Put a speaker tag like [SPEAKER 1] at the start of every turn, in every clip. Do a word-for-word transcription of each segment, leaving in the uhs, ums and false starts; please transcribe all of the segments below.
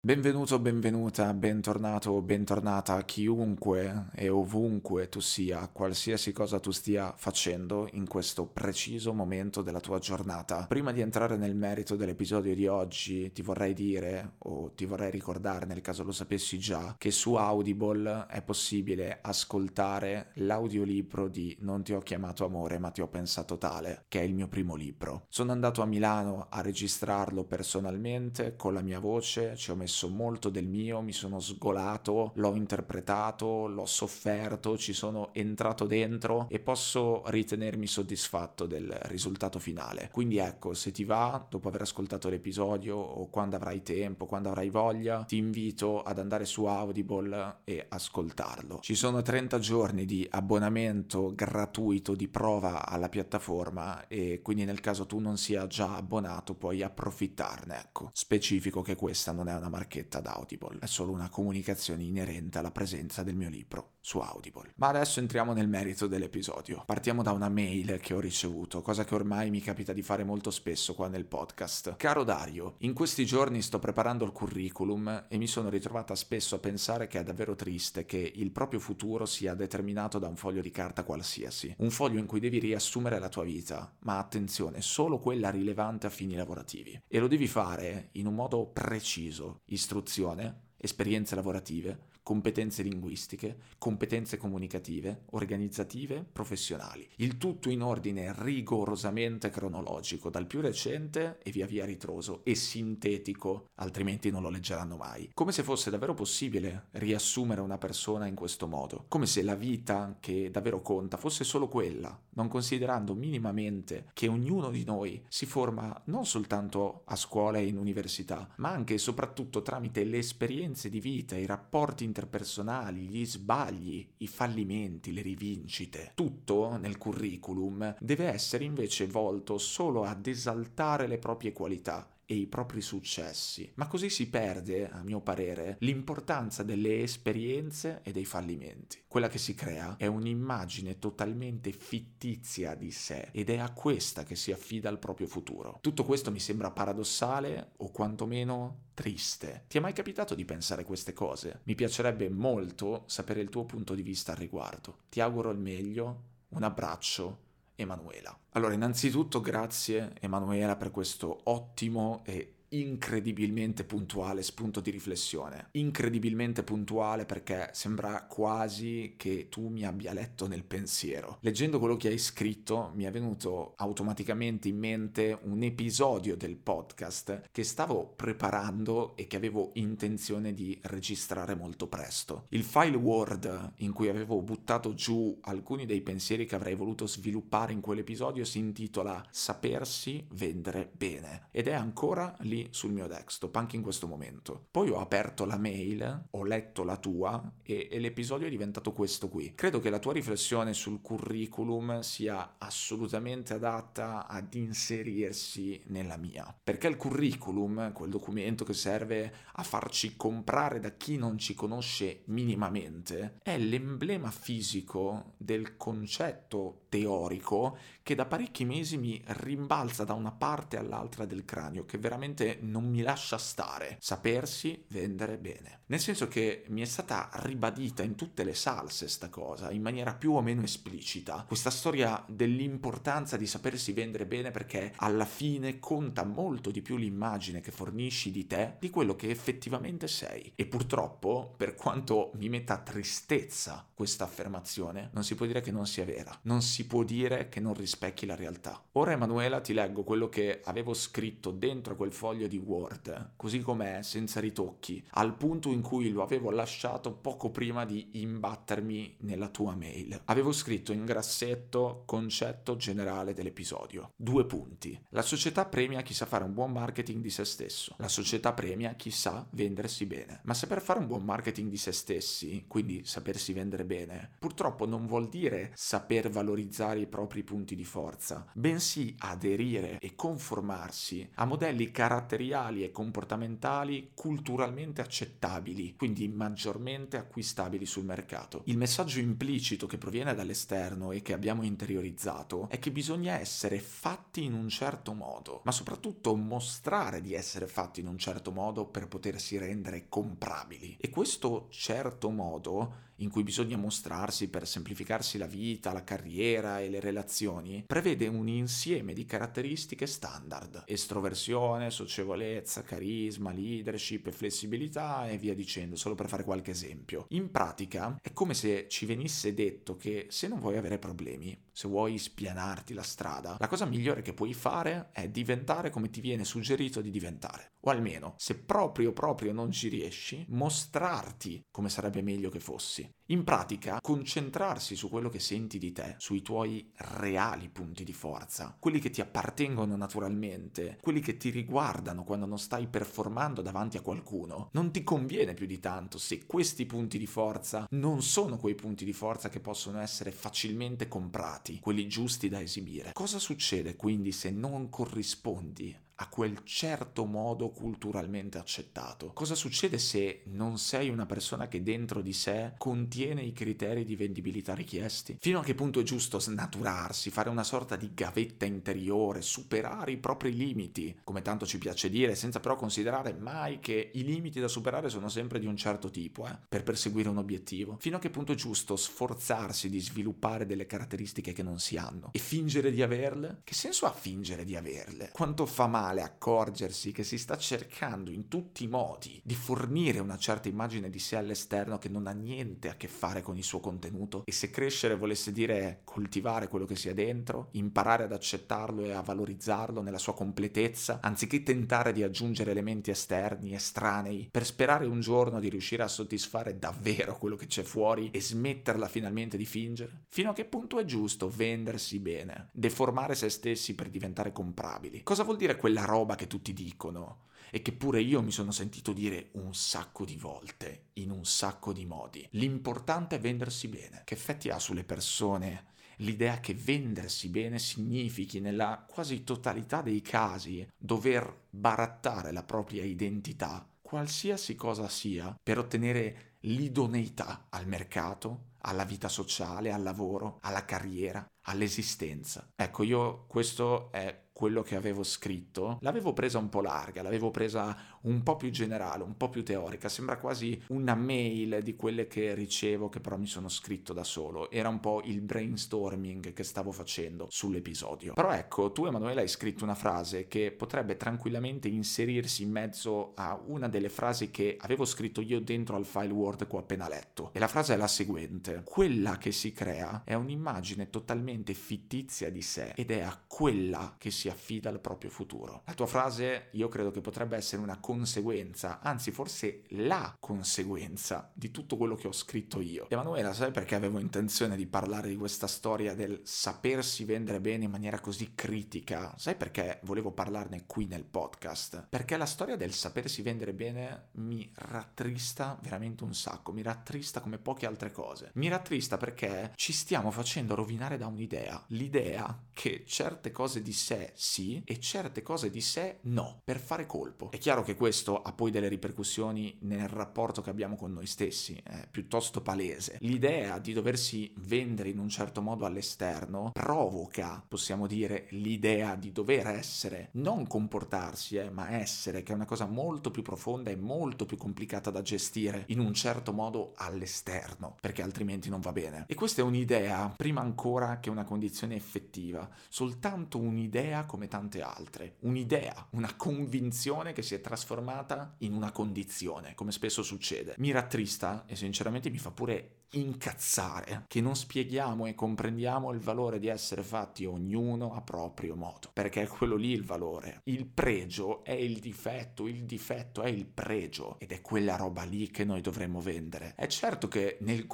[SPEAKER 1] Benvenuto, benvenuta, bentornato o bentornata chiunque e ovunque tu sia, qualsiasi cosa tu stia facendo in questo preciso momento della tua giornata. Prima di entrare nel merito dell'episodio di oggi, ti vorrei dire, o ti vorrei ricordare nel caso lo sapessi già, che su Audible è possibile ascoltare l'audiolibro di Non ti ho chiamato amore ma ti ho pensato tale, che è il mio primo libro. Sono andato a Milano a registrarlo personalmente con la mia voce, ci ho messo molto del mio, mi sono sgolato, l'ho interpretato, l'ho sofferto, ci sono entrato dentro e posso ritenermi soddisfatto del risultato finale. Quindi ecco, se ti va, dopo aver ascoltato l'episodio o quando avrai tempo, quando avrai voglia, ti invito ad andare su Audible e ascoltarlo. Ci sono trenta giorni di abbonamento gratuito di prova alla piattaforma e quindi nel caso tu non sia già abbonato puoi approfittarne, ecco. Specifico che questa non è una marchetta d'Audible, è solo una comunicazione inerente alla presenza del mio libro su Audible. Ma adesso entriamo nel merito dell'episodio. Partiamo da una mail che ho ricevuto, cosa che ormai mi capita di fare molto spesso qua nel podcast. Caro Dario, in questi giorni sto preparando il curriculum e mi sono ritrovata spesso a pensare che è davvero triste che il proprio futuro sia determinato da un foglio di carta qualsiasi, un foglio in cui devi riassumere la tua vita, ma attenzione, solo quella rilevante a fini lavorativi. E lo devi fare in un modo preciso: istruzione, esperienze lavorative, competenze linguistiche, competenze comunicative, organizzative, professionali. Il tutto in ordine rigorosamente cronologico, dal più recente e via via ritroso, e sintetico, altrimenti non lo leggeranno mai. Come se fosse davvero possibile riassumere una persona in questo modo, come se la vita che davvero conta fosse solo quella, non considerando minimamente che ognuno di noi si forma non soltanto a scuola e in università, ma anche e soprattutto tramite le esperienze di vita, i rapporti interpersonali, gli sbagli, i fallimenti, le rivincite. Tutto nel curriculum deve essere invece volto solo ad esaltare le proprie qualità e i propri successi, ma così si perde, a mio parere, l'importanza delle esperienze e dei fallimenti. Quella che si crea è un'immagine totalmente fittizia di sé ed è a questa che si affida il proprio futuro. Tutto questo mi sembra paradossale o quantomeno triste. Ti è mai capitato di pensare queste cose? Mi piacerebbe molto sapere il tuo punto di vista al riguardo. Ti auguro il meglio, un abbraccio. Emanuela. Allora, innanzitutto grazie Emanuela per questo ottimo e incredibilmente puntuale spunto di riflessione. Incredibilmente puntuale perché sembra quasi che tu mi abbia letto nel pensiero. Leggendo quello che hai scritto mi è venuto automaticamente in mente un episodio del podcast che stavo preparando e che avevo intenzione di registrare molto presto. Il file Word in cui avevo buttato giù alcuni dei pensieri che avrei voluto sviluppare in quell'episodio si intitola Sapersi vendere bene ed è ancora lì sul mio desktop anche in questo momento. Poi ho aperto la mail, ho letto la tua e, e l'episodio è diventato questo qui. Credo che la tua riflessione sul curriculum sia assolutamente adatta ad inserirsi nella mia, perché il curriculum, quel documento che serve a farci comprare da chi non ci conosce minimamente, è l'emblema fisico del concetto teorico che da parecchi mesi mi rimbalza da una parte all'altra del cranio, che veramente non mi lascia stare. Sapersi vendere bene. Nel senso che mi è stata ribadita in tutte le salse sta cosa, in maniera più o meno esplicita. Questa storia dell'importanza di sapersi vendere bene perché alla fine conta molto di più l'immagine che fornisci di te di quello che effettivamente sei. E purtroppo, per quanto mi metta tristezza questa affermazione, non si può dire che non sia vera. Non si può dire che non rispecchi la realtà. Ora, Emanuela, ti leggo quello che avevo scritto dentro quel foglio di Word, così com'è, senza ritocchi, al punto in cui lo avevo lasciato poco prima di imbattermi nella tua mail. Avevo scritto in grassetto concetto generale dell'episodio. Due punti. La società premia chi sa fare un buon marketing di se stesso. La società premia chi sa vendersi bene. Ma saper fare un buon marketing di se stessi, quindi sapersi vendere bene, purtroppo non vuol dire saper valorizzare i propri punti di forza, bensì aderire e conformarsi a modelli caratteristici materiali e comportamentali culturalmente accettabili, quindi maggiormente acquistabili sul mercato. Il messaggio implicito che proviene dall'esterno e che abbiamo interiorizzato è che bisogna essere fatti in un certo modo, ma soprattutto mostrare di essere fatti in un certo modo per potersi rendere comprabili. E questo certo modo in cui bisogna mostrarsi per semplificarsi la vita, la carriera e le relazioni, prevede un insieme di caratteristiche standard: estroversione, socievolezza, carisma, leadership e flessibilità e via dicendo, solo per fare qualche esempio. In pratica è come se ci venisse detto che se non vuoi avere problemi, se vuoi spianarti la strada, la cosa migliore che puoi fare è diventare come ti viene suggerito di diventare. O almeno, se proprio proprio non ci riesci, mostrarti come sarebbe meglio che fossi. In pratica, concentrarsi su quello che senti di te, sui tuoi reali punti di forza, quelli che ti appartengono naturalmente, quelli che ti riguardano quando non stai performando davanti a qualcuno. Non ti conviene più di tanto se questi punti di forza non sono quei punti di forza che possono essere facilmente comprati, quelli giusti da esibire. Cosa succede quindi se non corrispondi a quel certo modo culturalmente accettato? Cosa succede se non sei una persona che dentro di sé contiene i criteri di vendibilità richiesti? Fino a che punto è giusto snaturarsi, fare una sorta di gavetta interiore, superare i propri limiti, come tanto ci piace dire, senza però considerare mai che i limiti da superare sono sempre di un certo tipo, eh, per perseguire un obiettivo? Fino a che punto è giusto sforzarsi di sviluppare delle caratteristiche che non si hanno e fingere di averle? Che senso ha fingere di averle? Quanto fa male accorgersi che si sta cercando in tutti i modi di fornire una certa immagine di sé all'esterno che non ha niente a che fare con il suo contenuto, e se crescere volesse dire coltivare quello che si ha dentro, imparare ad accettarlo e a valorizzarlo nella sua completezza, anziché tentare di aggiungere elementi esterni, estranei, per sperare un giorno di riuscire a soddisfare davvero quello che c'è fuori e smetterla finalmente di fingere? Fino a che punto è giusto vendersi bene, deformare se stessi per diventare comprabili? Cosa vuol dire quella roba che tutti dicono e che pure io mi sono sentito dire un sacco di volte, in un sacco di modi? L'importante è vendersi bene. Che effetti ha sulle persone l'idea che vendersi bene significhi, nella quasi totalità dei casi, dover barattare la propria identità, qualsiasi cosa sia, per ottenere l'idoneità al mercato, alla vita sociale, al lavoro, alla carriera, all'esistenza? Ecco, io questo è quello che avevo scritto, l'avevo presa un po' larga, l'avevo presa un po' più generale, un po' più teorica, sembra quasi una mail di quelle che ricevo che però mi sono scritto da solo, era un po' il brainstorming che stavo facendo sull'episodio. Però ecco, tu Emanuele hai scritto una frase che potrebbe tranquillamente inserirsi in mezzo a una delle frasi che avevo scritto io dentro al file Word che ho appena letto, e la frase è la seguente: quella che si crea è un'immagine totalmente fittizia di sé ed è a quella che si affida al proprio futuro. La tua frase io credo che potrebbe essere una conseguenza, anzi forse la conseguenza di tutto quello che ho scritto io. Emanuela, sai perché avevo intenzione di parlare di questa storia del sapersi vendere bene in maniera così critica? Sai perché volevo parlarne qui nel podcast? Perché la storia del sapersi vendere bene mi rattrista veramente un sacco, mi rattrista come poche altre cose. Mi rattrista perché ci stiamo facendo rovinare da un'idea, l'idea che certe cose di sé sì e certe cose di sé no, per fare colpo. È chiaro che questo ha poi delle ripercussioni nel rapporto che abbiamo con noi stessi, è piuttosto palese. L'idea di doversi vendere in un certo modo all'esterno provoca, possiamo dire, l'idea di dover essere, non comportarsi, eh, ma essere, che è una cosa molto più profonda e molto più complicata da gestire in un certo modo all'esterno, perché altrimenti non va bene. E questa è un'idea, prima ancora che una condizione effettiva, soltanto un'idea come tante altre, un'idea, una convinzione che si è trasformata in una condizione, come spesso succede. Mi rattrista e sinceramente mi fa pure incazzare che non spieghiamo e comprendiamo il valore di essere fatti ognuno a proprio modo, perché è quello lì il valore. Il pregio è il difetto, il difetto è il pregio, ed è quella roba lì che noi dovremmo vendere. È certo che nel curriculum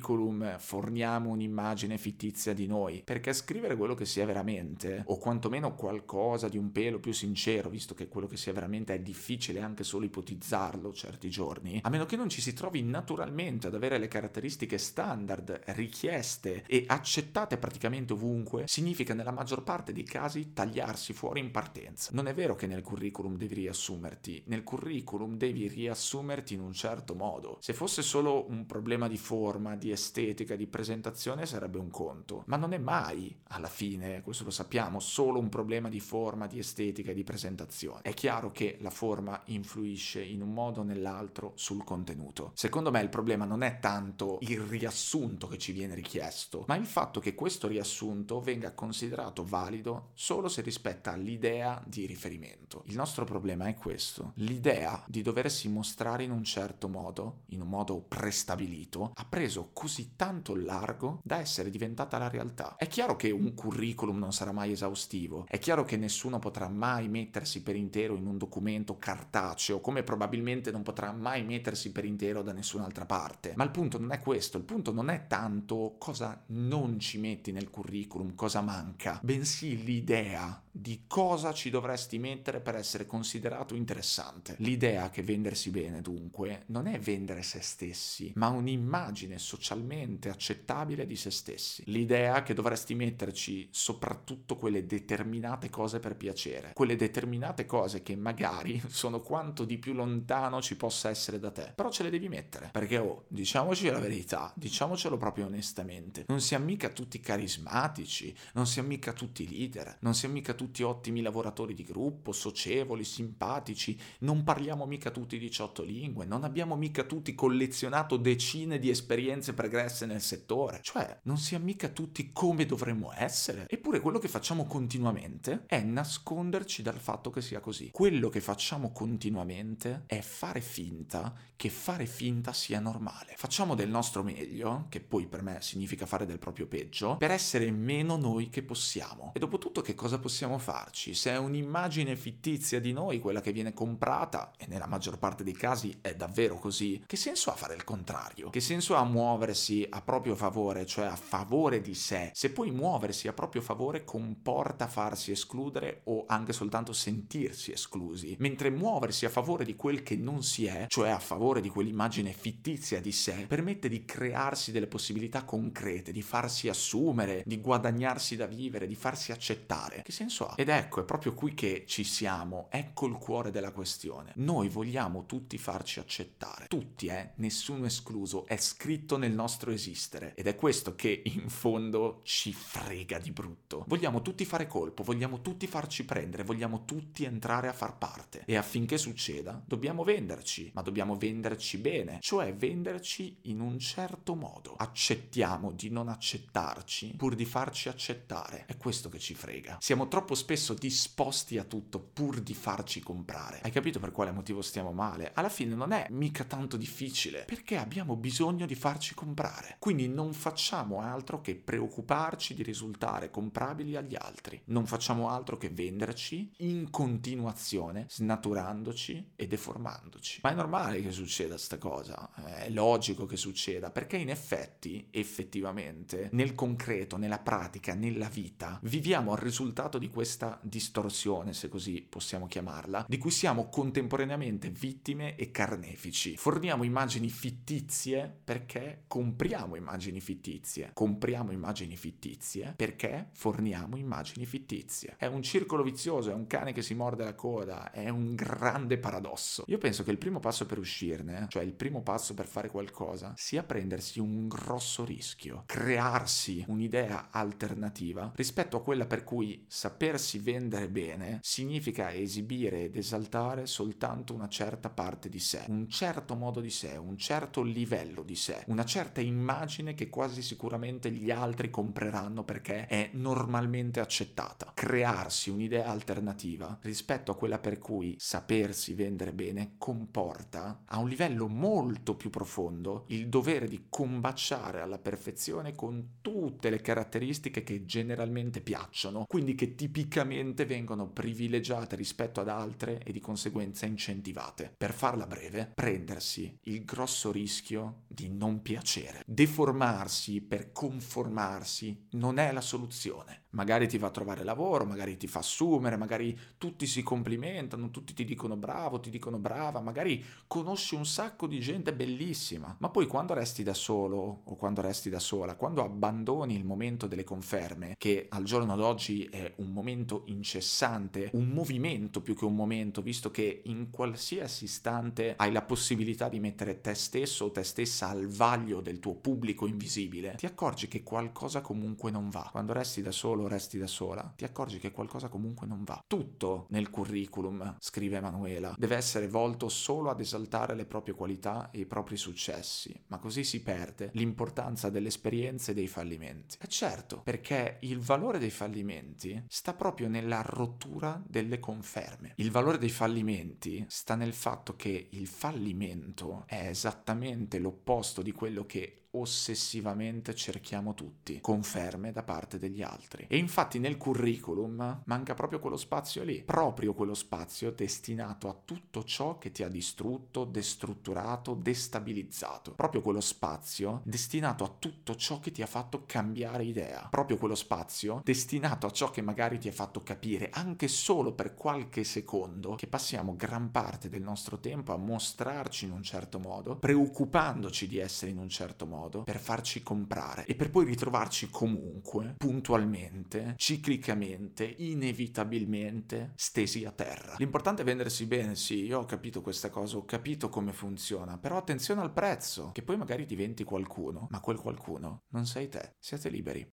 [SPEAKER 1] curriculum forniamo un'immagine fittizia di noi, perché scrivere quello che si è veramente, o quantomeno qualcosa di un pelo più sincero, visto che quello che si è veramente è difficile anche solo ipotizzarlo certi giorni, a meno che non ci si trovi naturalmente ad avere le caratteristiche standard richieste e accettate praticamente ovunque, significa nella maggior parte dei casi tagliarsi fuori in partenza. Non è vero che nel curriculum devi riassumerti, nel curriculum devi riassumerti in un certo modo. Se fosse solo un problema di forma, di estetica, di presentazione sarebbe un conto, ma non è mai, alla fine, questo lo sappiamo, solo un problema di forma, di estetica e di presentazione. È chiaro che la forma influisce in un modo o nell'altro sul contenuto. Secondo me il problema non è tanto il riassunto che ci viene richiesto, ma il fatto che questo riassunto venga considerato valido solo se rispetta l'idea di riferimento. Il nostro problema è questo: l'idea di doversi mostrare in un certo modo, in un modo prestabilito, ha preso così tanto largo da essere diventata la realtà. È chiaro che un curriculum non sarà mai esaustivo, è chiaro che nessuno potrà mai mettersi per intero in un documento cartaceo, come probabilmente non potrà mai mettersi per intero da nessun'altra parte, ma il punto non è questo, il punto non è tanto cosa non ci metti nel curriculum, cosa manca, bensì l'idea di cosa ci dovresti mettere per essere considerato interessante. L'idea che vendersi bene, dunque, non è vendere se stessi, ma un'immagine socialmente accettabile di se stessi. L'idea che dovresti metterci soprattutto quelle determinate cose per piacere, quelle determinate cose che magari sono quanto di più lontano ci possa essere da te, però ce le devi mettere, perché oh, diciamoci la verità, diciamocelo proprio onestamente, non siamo mica tutti carismatici, non siamo mica tutti leader, non siamo mica tutti ottimi lavoratori di gruppo, socievoli, simpatici, non parliamo mica tutti diciotto lingue, non abbiamo mica tutti collezionato decine di esperienze pregresse nel settore, cioè non siamo mica tutti come dovremmo essere. Eppure quello che facciamo continuamente è nasconderci dal fatto che sia così. Quello che facciamo continuamente è fare finta che fare finta sia normale. Facciamo del nostro meglio, che poi per me significa fare del proprio peggio, per essere meno noi che possiamo. E dopo tutto che cosa possiamo farci? Se è un'immagine fittizia di noi quella che viene comprata, e nella maggior parte dei casi è davvero così, che senso ha fare il contrario? Che senso ha muoversi a proprio favore, cioè a favore di sé, se poi muoversi a proprio favore comporta farsi escludere o anche soltanto sentirsi esclusi, mentre muoversi a favore di quel che non si è, cioè a favore di quell'immagine fittizia di sé, permette di crearsi delle possibilità concrete, di farsi assumere, di guadagnarsi da vivere, di farsi accettare. Che senso ha? Ed ecco, è proprio qui che ci siamo, ecco il cuore della questione. Noi vogliamo tutti farci accettare, tutti, eh, nessuno escluso, è scritto nel nostro esistere, ed è questo che in fondo ci frega di brutto. Vogliamo tutti fare colpo, vogliamo tutti farci prendere, vogliamo tutti entrare a far parte, e affinché succeda dobbiamo venderci, ma dobbiamo venderci bene, cioè venderci in un certo modo. Accettiamo di non accettarci pur di farci accettare, è questo che ci frega. Siamo troppo spesso disposti a tutto pur di farci comprare. Hai capito per quale motivo stiamo male? Alla fine non è mica tanto difficile, perché abbiamo bisogno di farci comprare. Quindi non facciamo altro che preoccuparci di risultare comprabili agli altri. Non facciamo altro che venderci in continuazione, snaturandoci e deformandoci. Ma è normale che succeda sta cosa, è logico che succeda, perché in effetti, effettivamente, nel concreto, nella pratica, nella vita, viviamo il risultato di questa distorsione, se così possiamo chiamarla, di cui siamo contemporaneamente vittime e carnefici. Forniamo immagini fittizie perché compriamo immagini fittizie. Compriamo immagini fittizie perché forniamo immagini fittizie. È un circolo vizioso, è un cane che si morde la coda, è un grande paradosso. Io penso che il primo passo per uscirne, cioè il primo passo per fare qualcosa, sia prendersi un grosso rischio, crearsi un'idea alternativa rispetto a quella per cui sapersi vendere bene significa esibire ed esaltare soltanto una certa parte di sé, un certo modo di sé, un certo livello di sé, una certa immagine che quasi sicuramente gli altri compreranno perché è normalmente accettata. Crearsi un'idea alternativa rispetto a quella per cui sapersi vendere bene comporta, a un livello molto più profondo, il dovere di combaciare alla perfezione con tutte le caratteristiche che generalmente piacciono, quindi che tipicamente vengono privilegiate rispetto ad altre e di conseguenza incentivate. Per farla breve, prendersi il grosso rischio di non piacere piacere. Deformarsi per conformarsi non è la soluzione. Magari ti va a trovare lavoro, magari ti fa assumere, magari tutti si complimentano, tutti ti dicono bravo, ti dicono brava, magari conosci un sacco di gente bellissima, ma poi quando resti da solo o quando resti da sola, quando abbandoni il momento delle conferme, che al giorno d'oggi è un momento incessante, un movimento più che un momento, visto che in qualsiasi istante hai la possibilità di mettere te stesso o te stessa al vaglio del tuo pubblico invisibile, ti accorgi che qualcosa comunque non va. Quando resti da solo, resti da sola, ti accorgi che qualcosa comunque non va. Tutto nel curriculum, scrive Emanuela, deve essere volto solo ad esaltare le proprie qualità e i propri successi, ma così si perde l'importanza delle esperienze e dei fallimenti. E certo, perché il valore dei fallimenti sta proprio nella rottura delle conferme. Il valore dei fallimenti sta nel fatto che il fallimento è esattamente l'opposto di quello che ossessivamente cerchiamo tutti, conferme da parte degli altri. E infatti nel curriculum manca proprio quello spazio lì, proprio quello spazio destinato a tutto ciò che ti ha distrutto, destrutturato, destabilizzato, proprio quello spazio destinato a tutto ciò che ti ha fatto cambiare idea, proprio quello spazio destinato a ciò che magari ti ha fatto capire anche solo per qualche secondo che passiamo gran parte del nostro tempo a mostrarci in un certo modo, preoccupandoci di essere in un certo modo per farci comprare e per poi ritrovarci comunque, puntualmente, ciclicamente, inevitabilmente stesi a terra. L'importante è vendersi bene, sì, io ho capito questa cosa, ho capito come funziona, però attenzione al prezzo, che poi magari diventi qualcuno, ma quel qualcuno non sei te. Siate liberi.